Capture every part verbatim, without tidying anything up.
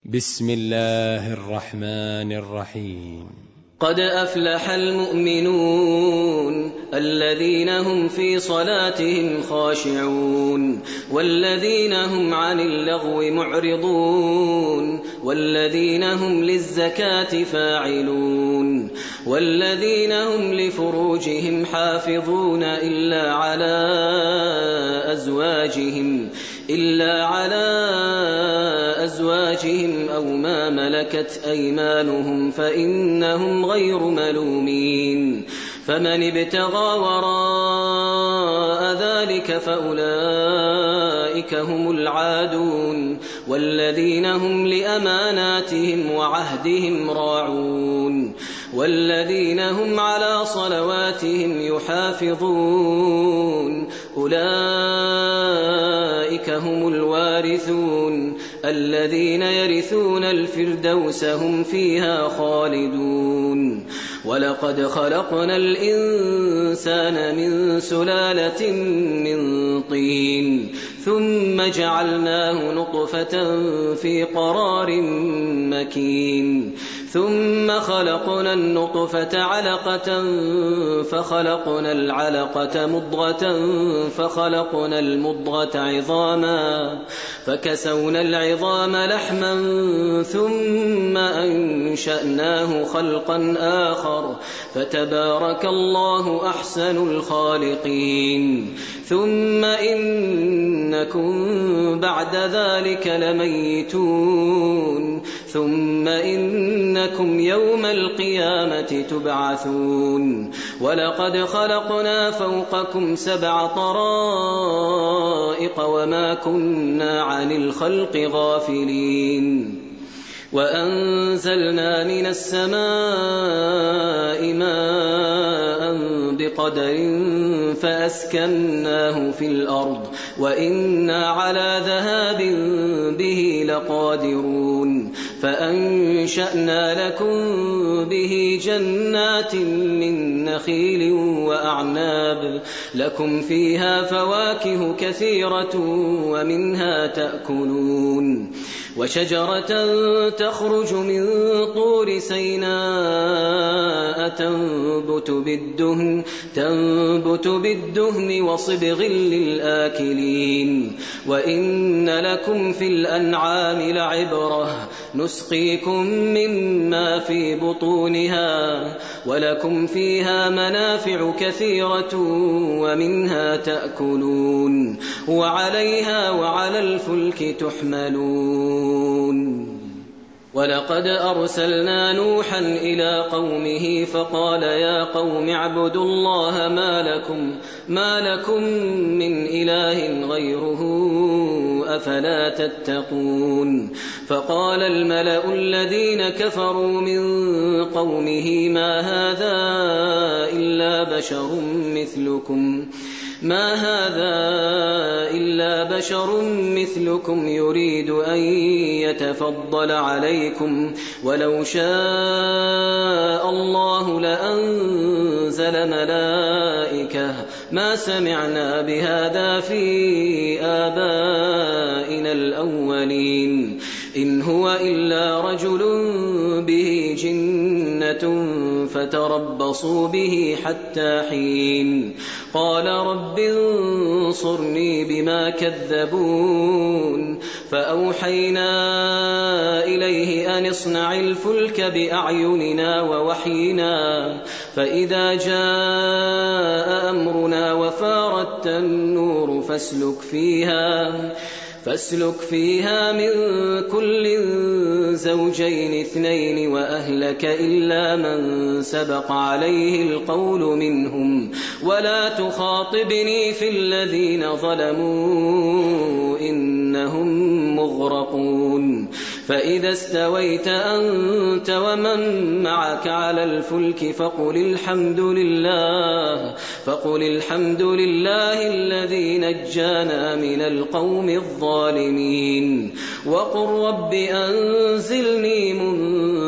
بسم الله الرحمن الرحيم. قد أفلح المؤمنون الذين هم في صلاتهم خاشعون والذين هم عن اللغو معرضون والذين هم للزكاة فاعلون والذين هم لفروجهم حافظون إلا على أزواجهم إلا على أزواجهم أو ما ملكت أيمانهم فإنهم غير ملومين فمن ابتغى وراء ذلك فأولئك هم العادون والذين هم لأماناتهم وعهدهم راعون والذين هم على صلواتهم يحافظون أولئك هم الوارثون الذين يرثون الفردوس هم فيها خالدون. ولقد خلقنا الإنسان من سلالة من طين ثم جعلناه نطفة في قرار مكين ثم خلقنا النطفة علقة فخلقنا العلقة مضغة فخلقنا المضغة عظاما فكسونا العظام لحما ثم أنشأناه خلقا آخر فتبارك الله أحسن الخالقين. ثم إنكم بعد ذلك لميتون ثم إنكم يوم القيامة تبعثون. ولقد خلقنا فوقكم سبع طرائق وما كنا عن الخلق غافلين وأنزلنا من السماء ماء بقدر فأسكناه في الأرض وإنا على ذهاب به لقادرون فأنشأنا لكم به جنات من نخيل وأعناب لكم فيها فواكه كثيرة ومنها تأكلون وشجرة تخرج من طور سيناء تنبت بالدهن, تنبت بالدهن وصبغ للآكلين وإن لكم في الأنعام لعبرة نسقيكم مما في بطونها ولكم فيها منافع كثيرة ومنها تأكلون وعليها وعلى الفلك تحملون. ولقد أرسلنا نوحا إلى قومه فقال يا قوم اعبدوا الله ما لكم, ما لكم من إله غيره أفلا تتقون. فقال الملأ الذين كفروا من قومه ما هذا إلا بشر مثلكم ما هذا إلا بشر مثلكم يريد أن يتفضل عليكم ولو شاء الله لأنزل ملائكة ما سمعنا بهذا في آبائنا الأولين إن هو إلا رجل به جنة فتربصوا به حتى حين. قال رب انصرني بما كذبون فأوحينا إليه أن اصنع الفلك بأعيننا ووحينا فإذا جاء أمرنا وفارت النور فاسلك فيها فاسلك فيها من كل زوجين اثنين وأهلك إلا من سبق عليه القول منهم ولا تخاطبني في الذين ظلموا إنهم مغرقون. فإذا استويت أنت ومن معك على الفلك فقل الحمد لله فقل الحمد لله الذي نجانا من القوم الظالمين وقل رب أنزلني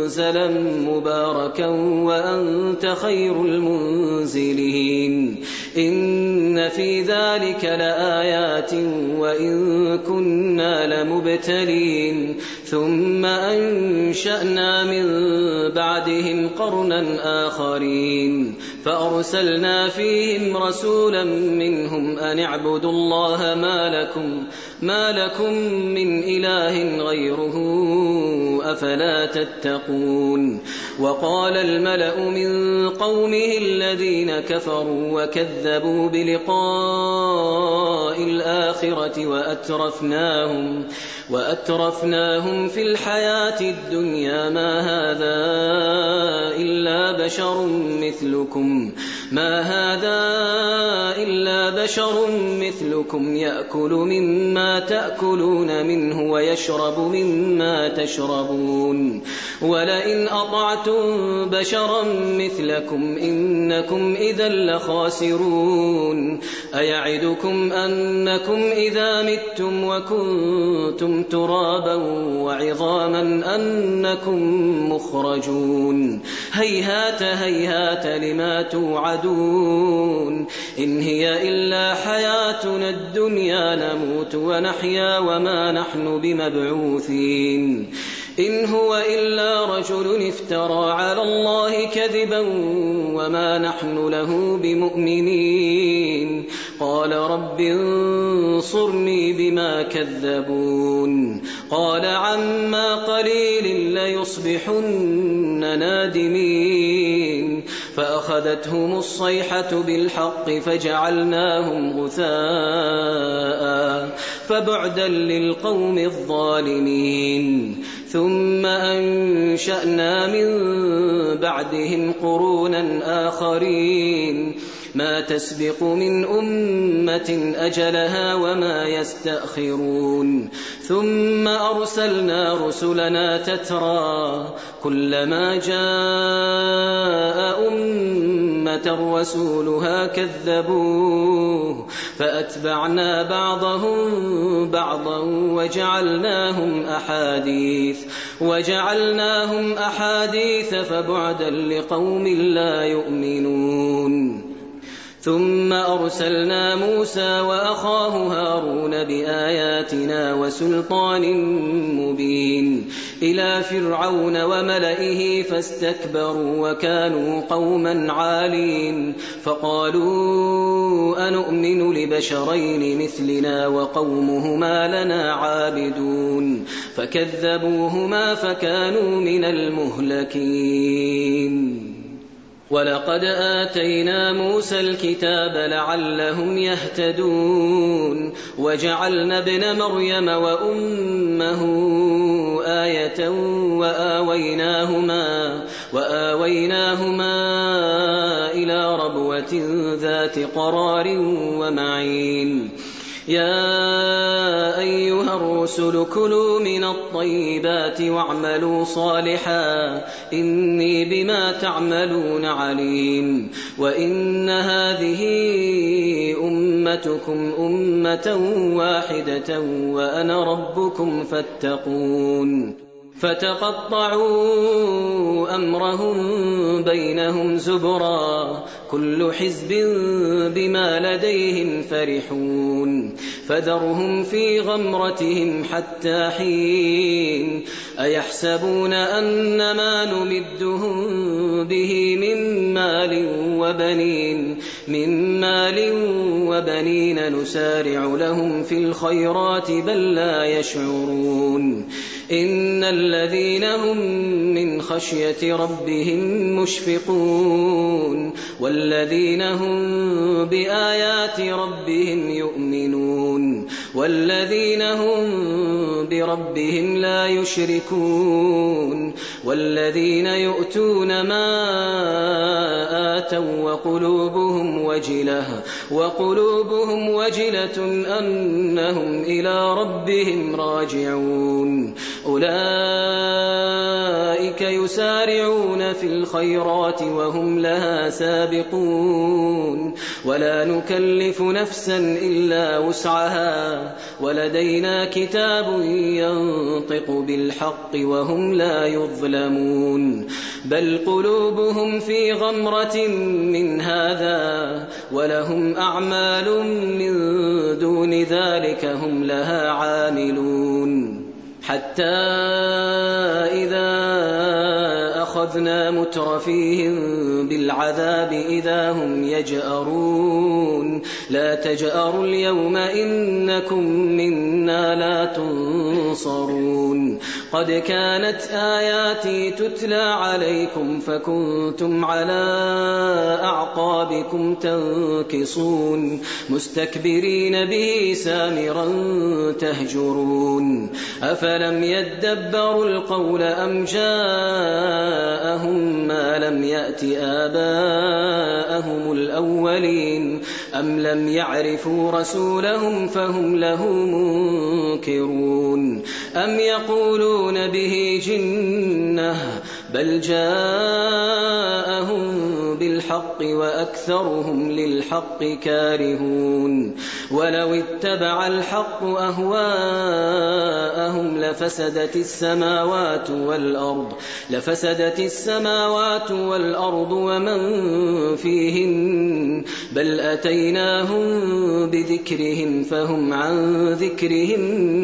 منزلا مباركا وأنت خير المنزلين. إن في ذلك لآيات وإن كنا لمبتلين ثم أنشأنا من بعدهم قرنا آخرين فأرسلنا فيهم رسولا منهم أن اعبدوا الله ما لكم, ما لكم من إله غيره أفلا تتقون وقال الملأ من قومه الذين كفروا وكذبوا بلقاء الآخرة وأترفناهم, وأترفناهم في الحياة الدنيا ما هذا إلا بشر مثلكم ما هذا إلا بشر مثلكم يأكل مما تأكلون منه ويشرب مما تشربون ولئن أطعتم بشرا مثلكم إنكم إذا لخاسرون أيعدكم أنكم إذا متم وكنتم ترابا وعظاما أنكم مخرجون هيهات هيهات لما توعدون إن هي إلا حياتنا الدنيا نموت ونحيا وما نحن بمبعوثين إن هو إلا رجل افترى على الله كذبا وما نحن له بمؤمنين قال رب انصرني بما كذبون قال عما قليل ليصبحن نادمين فأخذتهم الصيحة بالحق فجعلناهم غثاء فبعدا للقوم الظالمين ثم أنشأنا من بعدهم قرونا آخرين ما تسبق من أمة أجلها وما يستأخرون ثم أرسلنا رسلنا تترى كلما جاء أمة رسولها كذبوه فأتبعنا بعضهم بعضا وجعلناهم أحاديث وجعلناهم أحاديث فبعدا لقوم لا يؤمنون ثم أرسلنا موسى وأخاه هارون بآياتنا وسلطان مبين إلى فرعون وملئه فاستكبروا وكانوا قوما عالين فقالوا أنؤمن لبشرين مثلنا وقومهما لنا عابدون فكذبوهما فكانوا من المهلكين ولقد آتينا موسى الكتاب لعلهم يهتدون وجعلنا ابن مريم وأمه آية وآويناهما, وآويناهما إلى ربوة ذات قرار ومعين يا أيها الرسل كلوا من الطيبات واعملوا صالحا إني بما تعملون عليم وإن هذه أمتكم أمة واحدة وأنا ربكم فاتقون فتقطعوا أمرهم بينهم زبرا كل حزب بما لديهم فرحون فذرهم في غمرتهم حتى حين أيحسبون أن ما نمدهم به من مال وبنين من مال وبنين نسارع لهم في الخيرات بل لا يشعرون إن الذين هم من خشية ربهم مشفقون والذين هم بآيات ربهم يؤمنون والذين هم بربهم لا يشركون والذين يؤتون ما آتوا وقلوبهم وجلة وقلوبهم وجلة أنهم إلى ربهم راجعون أولئك أولئك يسارعون في الخيرات وهم لها سابقون ولا نكلف نفسا إلا وسعها ولدينا كتاب ينطق بالحق وهم لا يظلمون بل قلوبهم في غمرة من هذا ولهم أعمال من دون ذلك هم لها عاملون حتى إذا أخذنا مترفيهم بالعذاب إذا هم يجأرون لا تجأروا اليوم إنكم منا لا تنصرون قد كانت آياتي تتلى عليكم فكنتم على أعقابكم تنكصون مستكبرين به سامرا تهجرون أفلم يدبروا القول أم جاءهم ما لم يأت آباءهم الأولين أم لم يعرفوا رسولهم فهم له منكرون أم يقولون به جنة بل جاءهم بالحق وأكثرهم للحق كارهون ولو اتبع الحق أهواءهم لفسدت السماوات والأرض لفسدت السماوات والأرض ومن فيهن بل أتيناهم بذكرهم فهم عن ذكرهم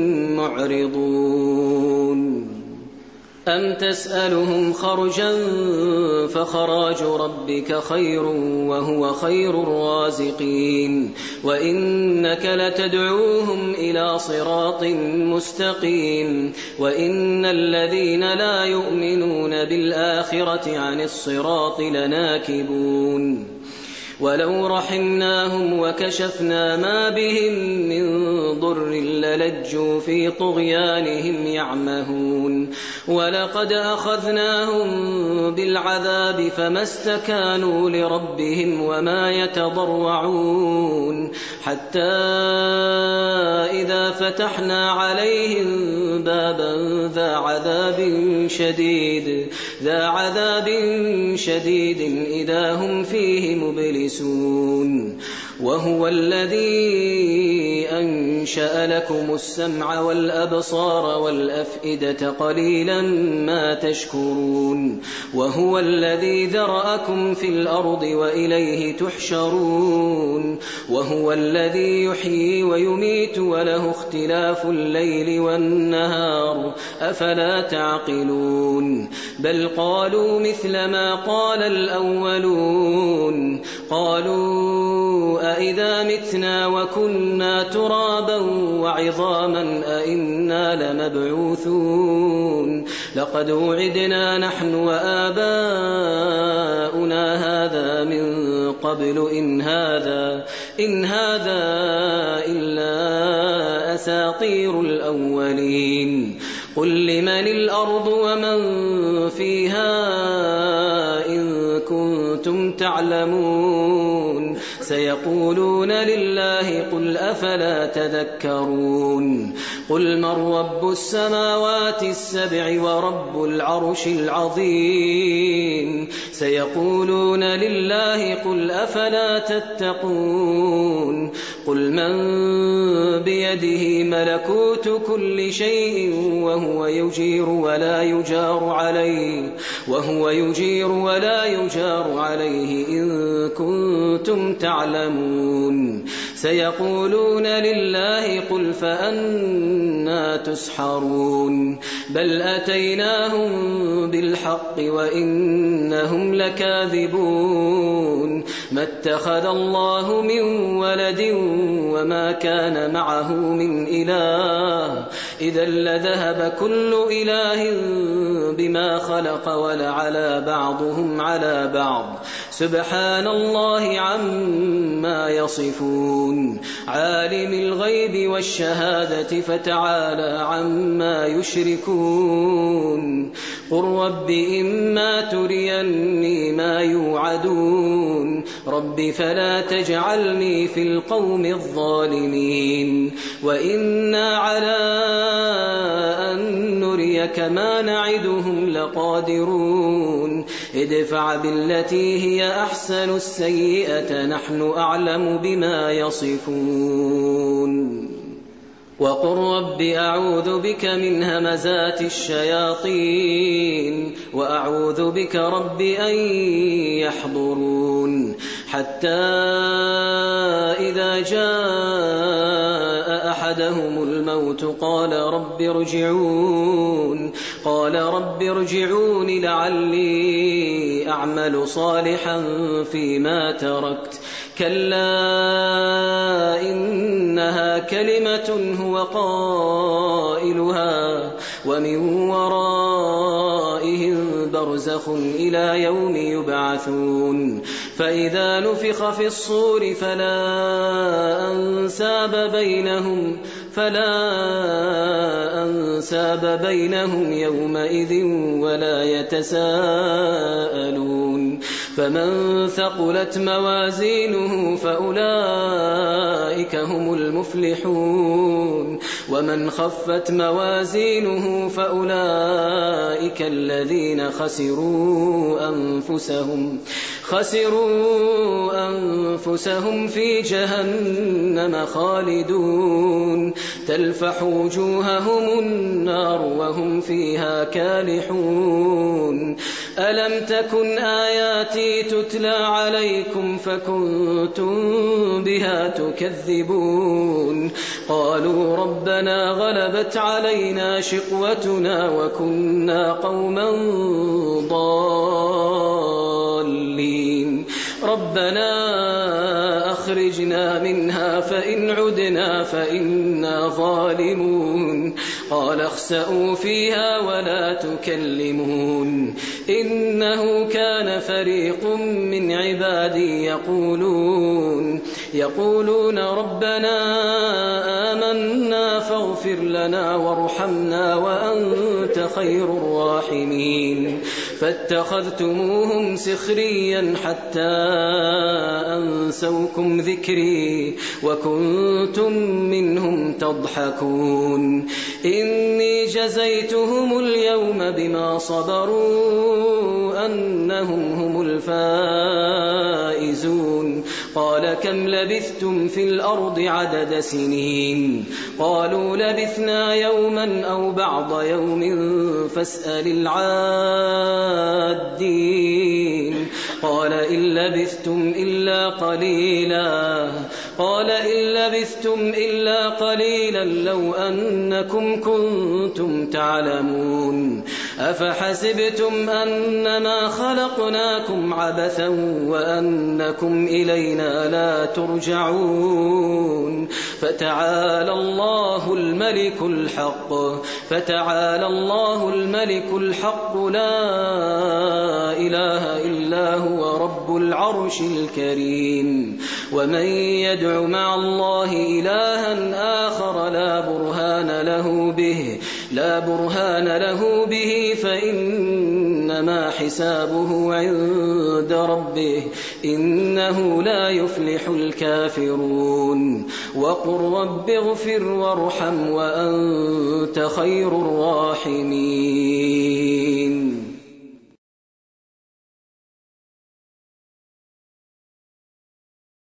معرضون أم تسألهم خرجا فخراج ربك خير وهو خير الرازقين وإنك لتدعوهم إلى صراط مستقيم وإن الذين لا يؤمنون بالآخرة عن الصراط لناكبون ولو رحمناهم وكشفنا ما بهم من ضر للجوا في طغيانهم يعمهون ولقد أخذناهم بالعذاب فما استكانوا لربهم وما يتضرعون حتى إذا فتحنا عليهم بابا ذا عذاب شديد ذا عذاب شديد إذا هم فيه مبلسون وهو الذي أنشأ لكم السمع والأبصار والأفئدة قليلا ما تشكرون وهو الذي ذرأكم في الأرض وإليه تحشرون وهو الذي يحيي ويميت وله اختلاف الليل والنهار أفلا تعقلون بل قالوا مثل ما قال الأولون قالوا أئذا متنا وكنا ترابا وعظاما أئنا لمبعوثون لقد وعدنا نحن وآباؤنا هذا من قبل إن هذا إن هذا إلا أساطير الأولين قل لمن الأرض ومن فيها إن كنتم تعلمون سيقولون لله قل أفلا تذكرون قل من رب السماوات السبع ورب العرش العظيم سيقولون لله قل أفلا تتقون قل من بيده ملكوت كل شيء وهو يجير ولا يجار عليه وهو يجير ولا يجار عليه إن كنتم تعلمون سيقولون لله قل فأنا تسحرون بل أتيناهم بالحق وإنهم لكاذبون ما اتخذ الله من ولد وما كان معه من إله إذا لذهب كل إله بما خلق ولعلى بعضهم على بعض سبحان الله عما يصفون عالم الغيب والشهادة فتعالى عما يشركون قل رب إما تريني ما يوعدون رب فلا تجعلني في القوم الظالمين وإنا على أن نريك إياك ما نعدهم لقادرون ادفع بالتي هي أحسن السيئة نحن أعلم بما يصفون وقل رب أعوذ بك من همزات الشياطين وأعوذ بك رب أن يحضرون حتى إذا جاء أحدهم الموت قال رب ارجعون قال رب ارجعون لعلي أعمل صالحا فيما تركت كلا إنها كلمة هو قائلها ومن ورائهم برزخ إلى يوم يبعثون فإذا نفخ في الصور فلا أنساب بينهم فلا أنساب بينهم يومئذ ولا يتساءلون فمن ثقلت موازينه فأولئك هم المفلحون ومن خفت موازينه فأولئك الذين خسروا أنفسهم خسروا أنفسهم في جهنم خالدون تلفح وجوههم النار وهم فيها كالحون ألم تكن آياتي تتلى عليكم فكنتم بها تكذبون قالوا ربنا غلبت علينا شقوتنا وكنا قوما ضالين ربنا أخرجنا منها فإن عدنا فإنا ظالمون قال اخسئوا فيها ولا تكلمون إنه كان فريق من عبادي يقولون يقولون ربنا آمنا فاغفر لنا وارحمنا وأنت خير الراحمين فاتخذتموهم سخريا حتى أنسوكم ذكري وكنتم منهم تضحكون إني جزيتهم اليوم بما صبروا أنهم هم الفائزون قال كم لبثتم في الأرض عدد سنين قالوا لبثنا يوما أو بعض يوم فاسأل العادين قال إن لبثتم إلا قليلا قال إن لبثتم إلا قليلا لو أنكم كنتم تعلمون أفحسبتم أنما خلقناكم عبثا وأنكم إلينا لا ترجعون فتعالى الله الملك الحق فتعالى الله الملك الحق لا إله إلا هو رب العرش الكريم ومن يدع مع الله إلها آخر لا برهان له به لا برهان له به فإنما حسابه عند ربه إنه لا يفلح الكافرون وقل رب اغفر وارحم وأنت خير الراحمين